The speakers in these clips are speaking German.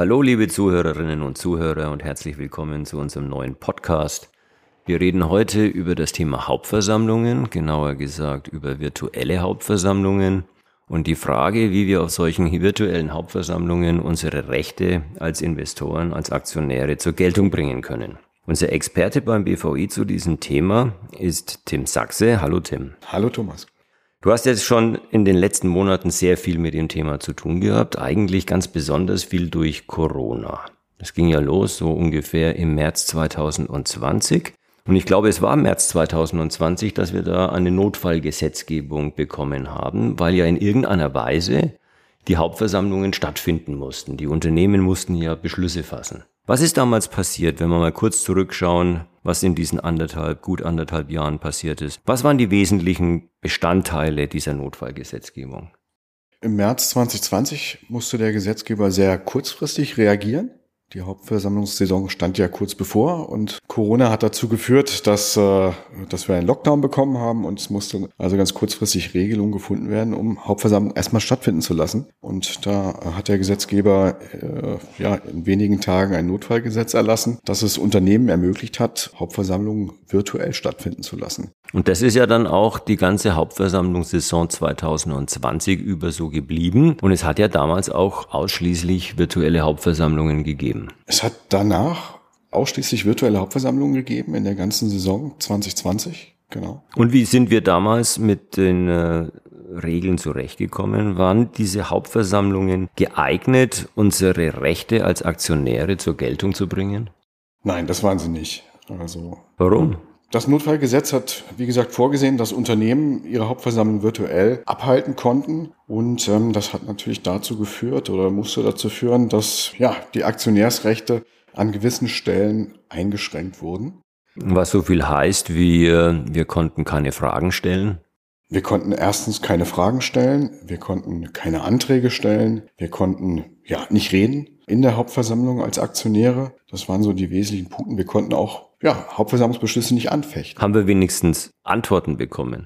Hallo liebe Zuhörerinnen und Zuhörer und herzlich willkommen zu unserem neuen Podcast. Wir reden heute über das Thema Hauptversammlungen, genauer gesagt über virtuelle Hauptversammlungen und die Frage, wie wir auf solchen virtuellen Hauptversammlungen unsere Rechte als Investoren, als Aktionäre zur Geltung bringen können. Unser Experte beim BVI zu diesem Thema ist Tim Sachse. Hallo Tim. Hallo Thomas. Du hast jetzt schon in den letzten Monaten sehr viel mit dem Thema zu tun gehabt, eigentlich ganz besonders viel durch Corona. Das ging ja los so ungefähr im März 2020 und ich glaube, es war im März 2020, dass wir da eine Notfallgesetzgebung bekommen haben, weil ja in irgendeiner Weise die Hauptversammlungen stattfinden mussten. Die Unternehmen mussten ja Beschlüsse fassen. Was ist damals passiert, wenn wir mal kurz zurückschauen, was in diesen gut anderthalb Jahren passiert ist? Was waren die wesentlichen Bestandteile dieser Notfallgesetzgebung? Im März 2020 musste der Gesetzgeber sehr kurzfristig reagieren. Die Hauptversammlungssaison stand ja kurz bevor und Corona hat dazu geführt, dass wir einen Lockdown bekommen haben und es musste also ganz kurzfristig Regelungen gefunden werden, um Hauptversammlungen erstmal stattfinden zu lassen. Und da hat der Gesetzgeber in wenigen Tagen ein Notfallgesetz erlassen, das es Unternehmen ermöglicht hat, Hauptversammlungen virtuell stattfinden zu lassen. Und das ist ja dann auch die ganze Hauptversammlungssaison 2020 über so geblieben. Und es hat ja damals auch ausschließlich virtuelle Hauptversammlungen gegeben. Es hat danach ausschließlich virtuelle Hauptversammlungen gegeben in der ganzen Saison 2020, genau. Und wie sind wir damals mit den Regeln zurechtgekommen? Waren diese Hauptversammlungen geeignet, unsere Rechte als Aktionäre zur Geltung zu bringen? Nein, das waren sie nicht. Warum? Das Notfallgesetz hat, wie gesagt, vorgesehen, dass Unternehmen ihre Hauptversammlung virtuell abhalten konnten. Und das hat natürlich dazu geführt oder musste dazu führen, dass die Aktionärsrechte an gewissen Stellen eingeschränkt wurden. Was so viel heißt, wie wir konnten keine Fragen stellen? Wir konnten erstens keine Fragen stellen, wir konnten keine Anträge stellen, wir konnten nicht reden in der Hauptversammlung als Aktionäre. Das waren so die wesentlichen Punkte. Wir konnten auch Hauptversammlungsbeschlüsse nicht anfechten. Haben wir wenigstens Antworten bekommen?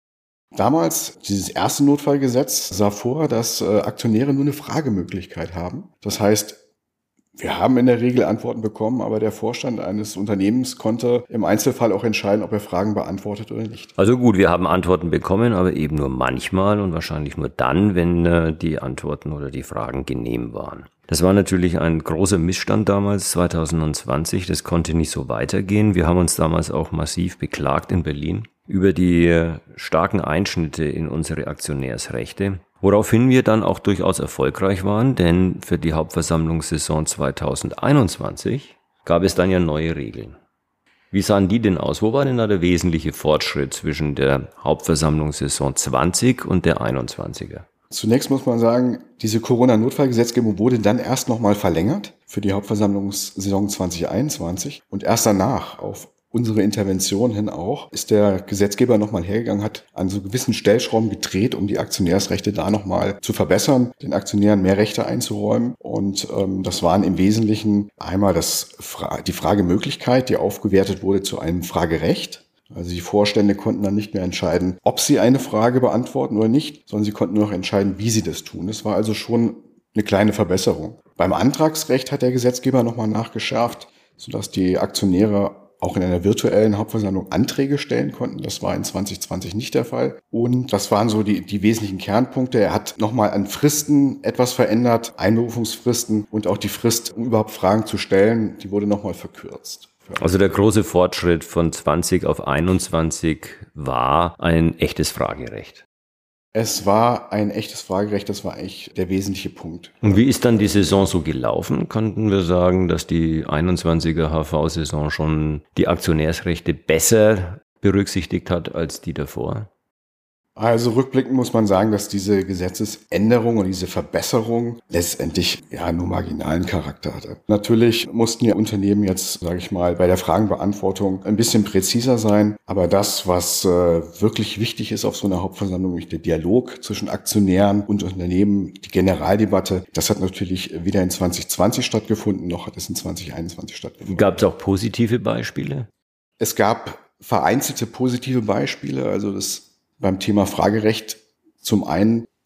Damals, dieses erste Notfallgesetz sah vor, dass Aktionäre nur eine Fragemöglichkeit haben. Das heißt, wir haben in der Regel Antworten bekommen, aber der Vorstand eines Unternehmens konnte im Einzelfall auch entscheiden, ob er Fragen beantwortet oder nicht. Also gut, wir haben Antworten bekommen, aber eben nur manchmal und wahrscheinlich nur dann, wenn die Antworten oder die Fragen genehm waren. Das war natürlich ein großer Missstand damals, 2020. Das konnte nicht so weitergehen. Wir haben uns damals auch massiv beklagt in Berlin über die starken Einschnitte in unsere Aktionärsrechte. Woraufhin wir dann auch durchaus erfolgreich waren, denn für die Hauptversammlungssaison 2021 gab es dann ja neue Regeln. Wie sahen die denn aus? Wo war denn da der wesentliche Fortschritt zwischen der Hauptversammlungssaison 20 und der 21er? Zunächst muss man sagen, diese Corona-Notfallgesetzgebung wurde dann erst nochmal verlängert für die Hauptversammlungssaison 2021 und erst danach auf unsere Intervention hin auch, ist der Gesetzgeber nochmal hergegangen, hat an so gewissen Stellschrauben gedreht, um die Aktionärsrechte da nochmal zu verbessern, den Aktionären mehr Rechte einzuräumen. Und das waren im Wesentlichen einmal die Fragemöglichkeit, die aufgewertet wurde zu einem Fragerecht. Also die Vorstände konnten dann nicht mehr entscheiden, ob sie eine Frage beantworten oder nicht, sondern sie konnten nur noch entscheiden, wie sie das tun. Das war also schon eine kleine Verbesserung. Beim Antragsrecht hat der Gesetzgeber nochmal nachgeschärft, sodass die Aktionäre auch in einer virtuellen Hauptversammlung Anträge stellen konnten. Das war in 2020 nicht der Fall. Und das waren so die wesentlichen Kernpunkte. Er hat nochmal an Fristen etwas verändert, Einberufungsfristen und auch die Frist, um überhaupt Fragen zu stellen, die wurde nochmal verkürzt. Also der große Fortschritt von 20 auf 21 war ein echtes Fragerecht. Es war ein echtes Fragerecht, das war eigentlich der wesentliche Punkt. Und wie ist dann die Saison so gelaufen? Konnten wir sagen, dass die 21er HV-Saison schon die Aktionärsrechte besser berücksichtigt hat als die davor? Also rückblickend muss man sagen, dass diese Gesetzesänderung und diese Verbesserung letztendlich nur marginalen Charakter hatte. Natürlich mussten ja Unternehmen jetzt, sage ich mal, bei der Fragenbeantwortung ein bisschen präziser sein. Aber das, was wirklich wichtig ist auf so einer Hauptversammlung, nämlich der Dialog zwischen Aktionären und Unternehmen, die Generaldebatte, das hat natürlich weder in 2020 stattgefunden, noch hat es in 2021 stattgefunden. Gab es auch positive Beispiele? Es gab vereinzelte positive Beispiele, also beim Thema Fragerecht zum einen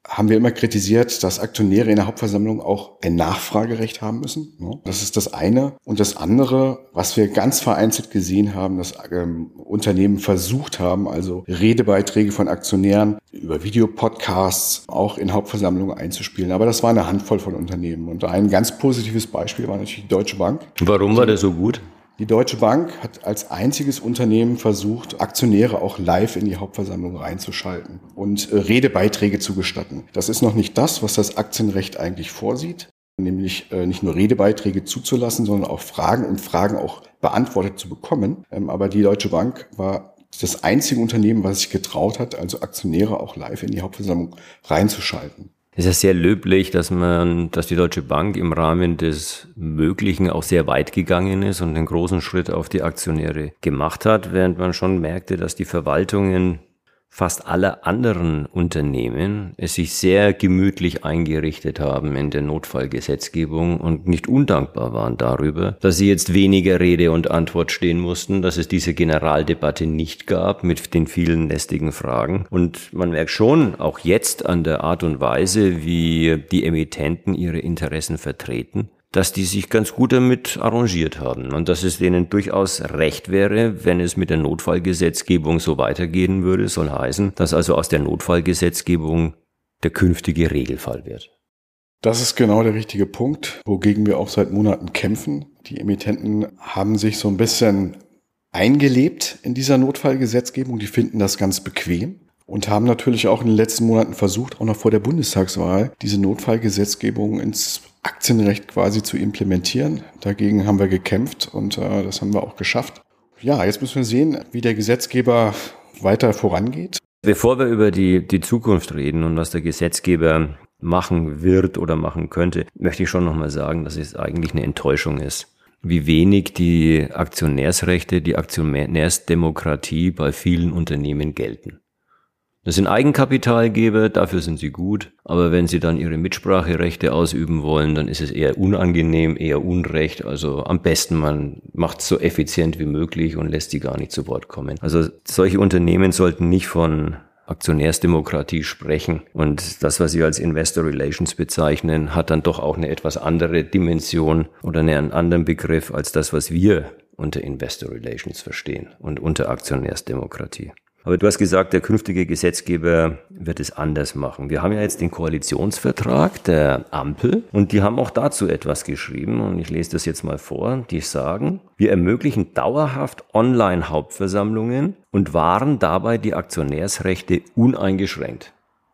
haben wir immer kritisiert, dass Aktionäre in der Hauptversammlung auch ein Nachfragerecht haben müssen. Das ist das eine. Und das andere, was wir ganz vereinzelt gesehen haben, dass Unternehmen versucht haben, also Redebeiträge von Aktionären über Videopodcasts auch in Hauptversammlungen einzuspielen. Aber das war eine Handvoll von Unternehmen. Und ein ganz positives Beispiel war natürlich die Deutsche Bank. Warum war der so gut? Die Deutsche Bank hat als einziges Unternehmen versucht, Aktionäre auch live in die Hauptversammlung reinzuschalten und Redebeiträge zu gestatten. Das ist noch nicht das, was das Aktienrecht eigentlich vorsieht, nämlich nicht nur Redebeiträge zuzulassen, sondern auch Fragen auch beantwortet zu bekommen. Aber die Deutsche Bank war das einzige Unternehmen, was sich getraut hat, also Aktionäre auch live in die Hauptversammlung reinzuschalten. Es ist ja sehr löblich, dass die Deutsche Bank im Rahmen des Möglichen auch sehr weit gegangen ist und einen großen Schritt auf die Aktionäre gemacht hat, während man schon merkte, dass die Verwaltungen fast aller anderen Unternehmen es sich sehr gemütlich eingerichtet haben in der Notfallgesetzgebung und nicht undankbar waren darüber, dass sie jetzt weniger Rede und Antwort stehen mussten, dass es diese Generaldebatte nicht gab mit den vielen lästigen Fragen. Und man merkt schon auch jetzt an der Art und Weise, wie die Emittenten ihre Interessen vertreten, dass die sich ganz gut damit arrangiert haben und dass es denen durchaus recht wäre, wenn es mit der Notfallgesetzgebung so weitergehen würde, soll heißen, dass also aus der Notfallgesetzgebung der künftige Regelfall wird. Das ist genau der richtige Punkt, wogegen wir auch seit Monaten kämpfen. Die Emittenten haben sich so ein bisschen eingelebt in dieser Notfallgesetzgebung, die finden das ganz bequem. Und haben natürlich auch in den letzten Monaten versucht, auch noch vor der Bundestagswahl, diese Notfallgesetzgebung ins Aktienrecht quasi zu implementieren. Dagegen haben wir gekämpft und das haben wir auch geschafft. Ja, jetzt müssen wir sehen, wie der Gesetzgeber weiter vorangeht. Bevor wir über die Zukunft reden und was der Gesetzgeber machen wird oder machen könnte, möchte ich schon nochmal sagen, dass es eigentlich eine Enttäuschung ist, wie wenig die Aktionärsrechte, die Aktionärsdemokratie bei vielen Unternehmen gelten. Das sind Eigenkapitalgeber, dafür sind sie gut, aber wenn sie dann ihre Mitspracherechte ausüben wollen, dann ist es eher unangenehm, eher Unrecht. Also am besten man macht es so effizient wie möglich und lässt die gar nicht zu Wort kommen. Also solche Unternehmen sollten nicht von Aktionärsdemokratie sprechen und das, was Sie als Investor Relations bezeichnen, hat dann doch auch eine etwas andere Dimension oder einen anderen Begriff als das, was wir unter Investor Relations verstehen und unter Aktionärsdemokratie. Aber du hast gesagt, der künftige Gesetzgeber wird es anders machen. Wir haben ja jetzt den Koalitionsvertrag der Ampel und die haben auch dazu etwas geschrieben und ich lese das jetzt mal vor. Die sagen, wir ermöglichen dauerhaft Online-Hauptversammlungen und wahren dabei die Aktionärsrechte uneingeschränkt.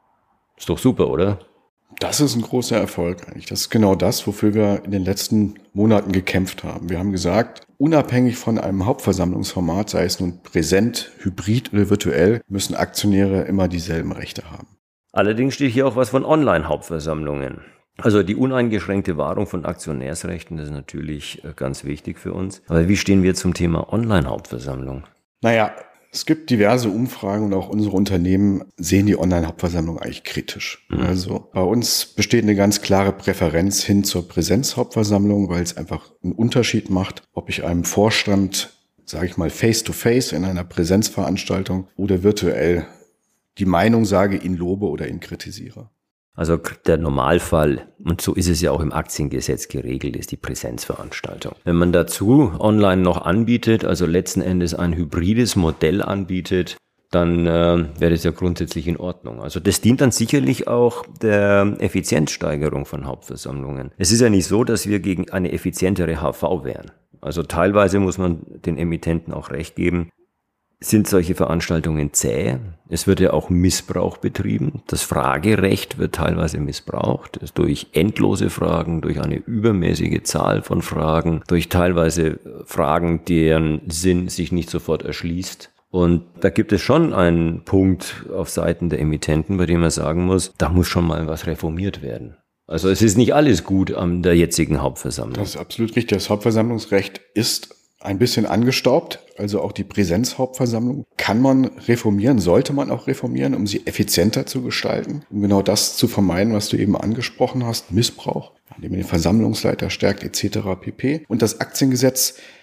Ist doch super, oder? Das ist ein großer Erfolg eigentlich. Das ist genau das, wofür wir in den letzten Monaten gekämpft haben. Wir haben gesagt, unabhängig von einem Hauptversammlungsformat, sei es nun präsent, hybrid oder virtuell, müssen Aktionäre immer dieselben Rechte haben. Allerdings steht hier auch was von Online-Hauptversammlungen. Also die uneingeschränkte Wahrung von Aktionärsrechten, das ist natürlich ganz wichtig für uns. Aber wie stehen wir zum Thema Online-Hauptversammlung? Naja, es gibt diverse Umfragen und auch unsere Unternehmen sehen die Online-Hauptversammlung eigentlich kritisch. Also bei uns besteht eine ganz klare Präferenz hin zur Präsenzhauptversammlung, weil es einfach einen Unterschied macht, ob ich einem Vorstand, sage ich mal, face-to-face in einer Präsenzveranstaltung oder virtuell die Meinung sage, ihn lobe oder ihn kritisiere. Also der Normalfall, und so ist es ja auch im Aktiengesetz geregelt, ist die Präsenzveranstaltung. Wenn man dazu online noch anbietet, also letzten Endes ein hybrides Modell anbietet, dann wäre das ja grundsätzlich in Ordnung. Also das dient dann sicherlich auch der Effizienzsteigerung von Hauptversammlungen. Es ist ja nicht so, dass wir gegen eine effizientere HV wären. Also teilweise muss man den Emittenten auch recht geben, sind solche Veranstaltungen zäh. Es wird ja auch Missbrauch betrieben. Das Fragerecht wird teilweise missbraucht. Durch endlose Fragen, durch eine übermäßige Zahl von Fragen, durch teilweise Fragen, deren Sinn sich nicht sofort erschließt. Und da gibt es schon einen Punkt auf Seiten der Emittenten, bei dem man sagen muss, da muss schon mal was reformiert werden. Also es ist nicht alles gut an der jetzigen Hauptversammlung. Das ist absolut richtig. Das Hauptversammlungsrecht ist ein bisschen angestaubt, also auch die Präsenzhauptversammlung kann man reformieren, sollte man auch reformieren, um sie effizienter zu gestalten, um genau das zu vermeiden, was du eben angesprochen hast, Missbrauch, indem man den Versammlungsleiter stärkt etc. pp. Und das Aktiengesetz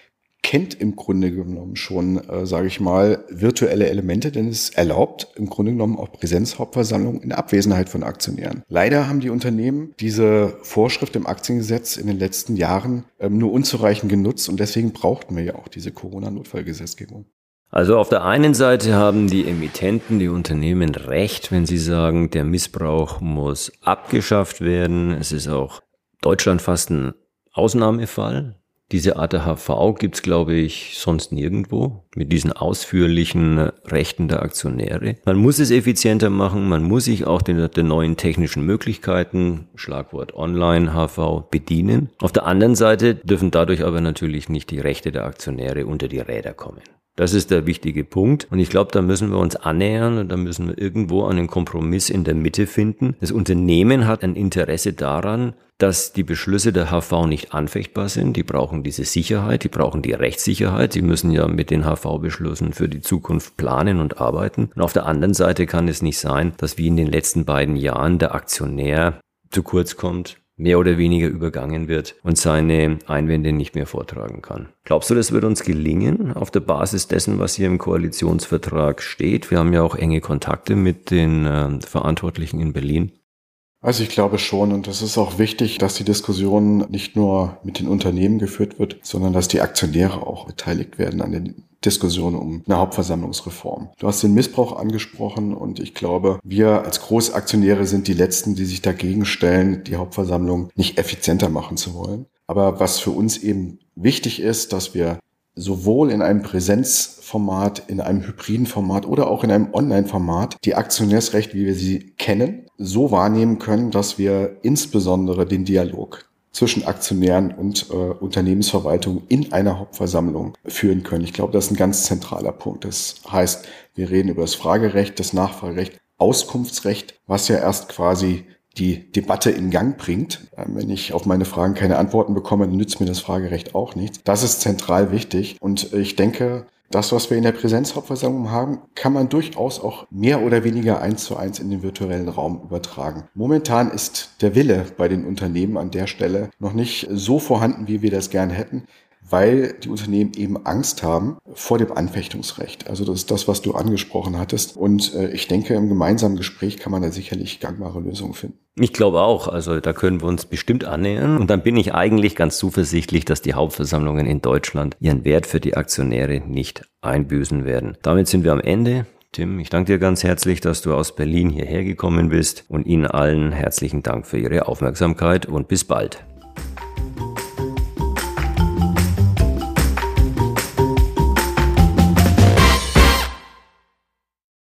kennt im Grunde genommen schon, sage ich mal, virtuelle Elemente, denn es erlaubt im Grunde genommen auch Präsenzhauptversammlungen in Abwesenheit von Aktionären. Leider haben die Unternehmen diese Vorschrift im Aktiengesetz in den letzten Jahren nur unzureichend genutzt und deswegen brauchten wir ja auch diese Corona-Notfallgesetzgebung. Also auf der einen Seite haben die Emittenten, die Unternehmen recht, wenn sie sagen, der Missbrauch muss abgeschafft werden. Es ist auch Deutschland fast ein Ausnahmefall. Diese Art der HV gibt's, glaube ich, sonst nirgendwo mit diesen ausführlichen Rechten der Aktionäre. Man muss es effizienter machen, man muss sich auch den neuen technischen Möglichkeiten, Schlagwort Online-HV, bedienen. Auf der anderen Seite dürfen dadurch aber natürlich nicht die Rechte der Aktionäre unter die Räder kommen. Das ist der wichtige Punkt und ich glaube, da müssen wir uns annähern und da müssen wir irgendwo einen Kompromiss in der Mitte finden. Das Unternehmen hat ein Interesse daran, dass die Beschlüsse der HV nicht anfechtbar sind. Die brauchen diese Sicherheit, die brauchen die Rechtssicherheit. Sie müssen ja mit den HV-Beschlüssen für die Zukunft planen und arbeiten. Und auf der anderen Seite kann es nicht sein, dass wie in den letzten beiden Jahren der Aktionär zu kurz kommt, mehr oder weniger übergangen wird und seine Einwände nicht mehr vortragen kann. Glaubst du, das wird uns gelingen auf der Basis dessen, was hier im Koalitionsvertrag steht? Wir haben ja auch enge Kontakte mit den Verantwortlichen in Berlin. Also ich glaube schon und es ist auch wichtig, dass die Diskussion nicht nur mit den Unternehmen geführt wird, sondern dass die Aktionäre auch beteiligt werden an den Diskussion um eine Hauptversammlungsreform. Du hast den Missbrauch angesprochen und ich glaube, wir als Großaktionäre sind die Letzten, die sich dagegen stellen, die Hauptversammlung nicht effizienter machen zu wollen. Aber was für uns eben wichtig ist, dass wir sowohl in einem Präsenzformat, in einem hybriden Format oder auch in einem Online-Format die Aktionärsrechte, wie wir sie kennen, so wahrnehmen können, dass wir insbesondere den Dialog zwischen Aktionären und Unternehmensverwaltung in einer Hauptversammlung führen können. Ich glaube, das ist ein ganz zentraler Punkt. Das heißt, wir reden über das Fragerecht, das Nachfragerecht, Auskunftsrecht, was ja erst quasi die Debatte in Gang bringt. Wenn ich auf meine Fragen keine Antworten bekomme, dann nützt mir das Fragerecht auch nichts. Das ist zentral wichtig und ich denke, das, was wir in der Präsenzhauptversammlung haben, kann man durchaus auch mehr oder weniger 1:1 in den virtuellen Raum übertragen. Momentan ist der Wille bei den Unternehmen an der Stelle noch nicht so vorhanden, wie wir das gerne hätten, weil die Unternehmen eben Angst haben vor dem Anfechtungsrecht. Also das ist das, was du angesprochen hattest. Und ich denke, im gemeinsamen Gespräch kann man da sicherlich gangbare Lösungen finden. Ich glaube auch, also da können wir uns bestimmt annähern. Und dann bin ich eigentlich ganz zuversichtlich, dass die Hauptversammlungen in Deutschland ihren Wert für die Aktionäre nicht einbüßen werden. Damit sind wir am Ende. Tim, ich danke dir ganz herzlich, dass du aus Berlin hierher gekommen bist und Ihnen allen herzlichen Dank für Ihre Aufmerksamkeit und bis bald.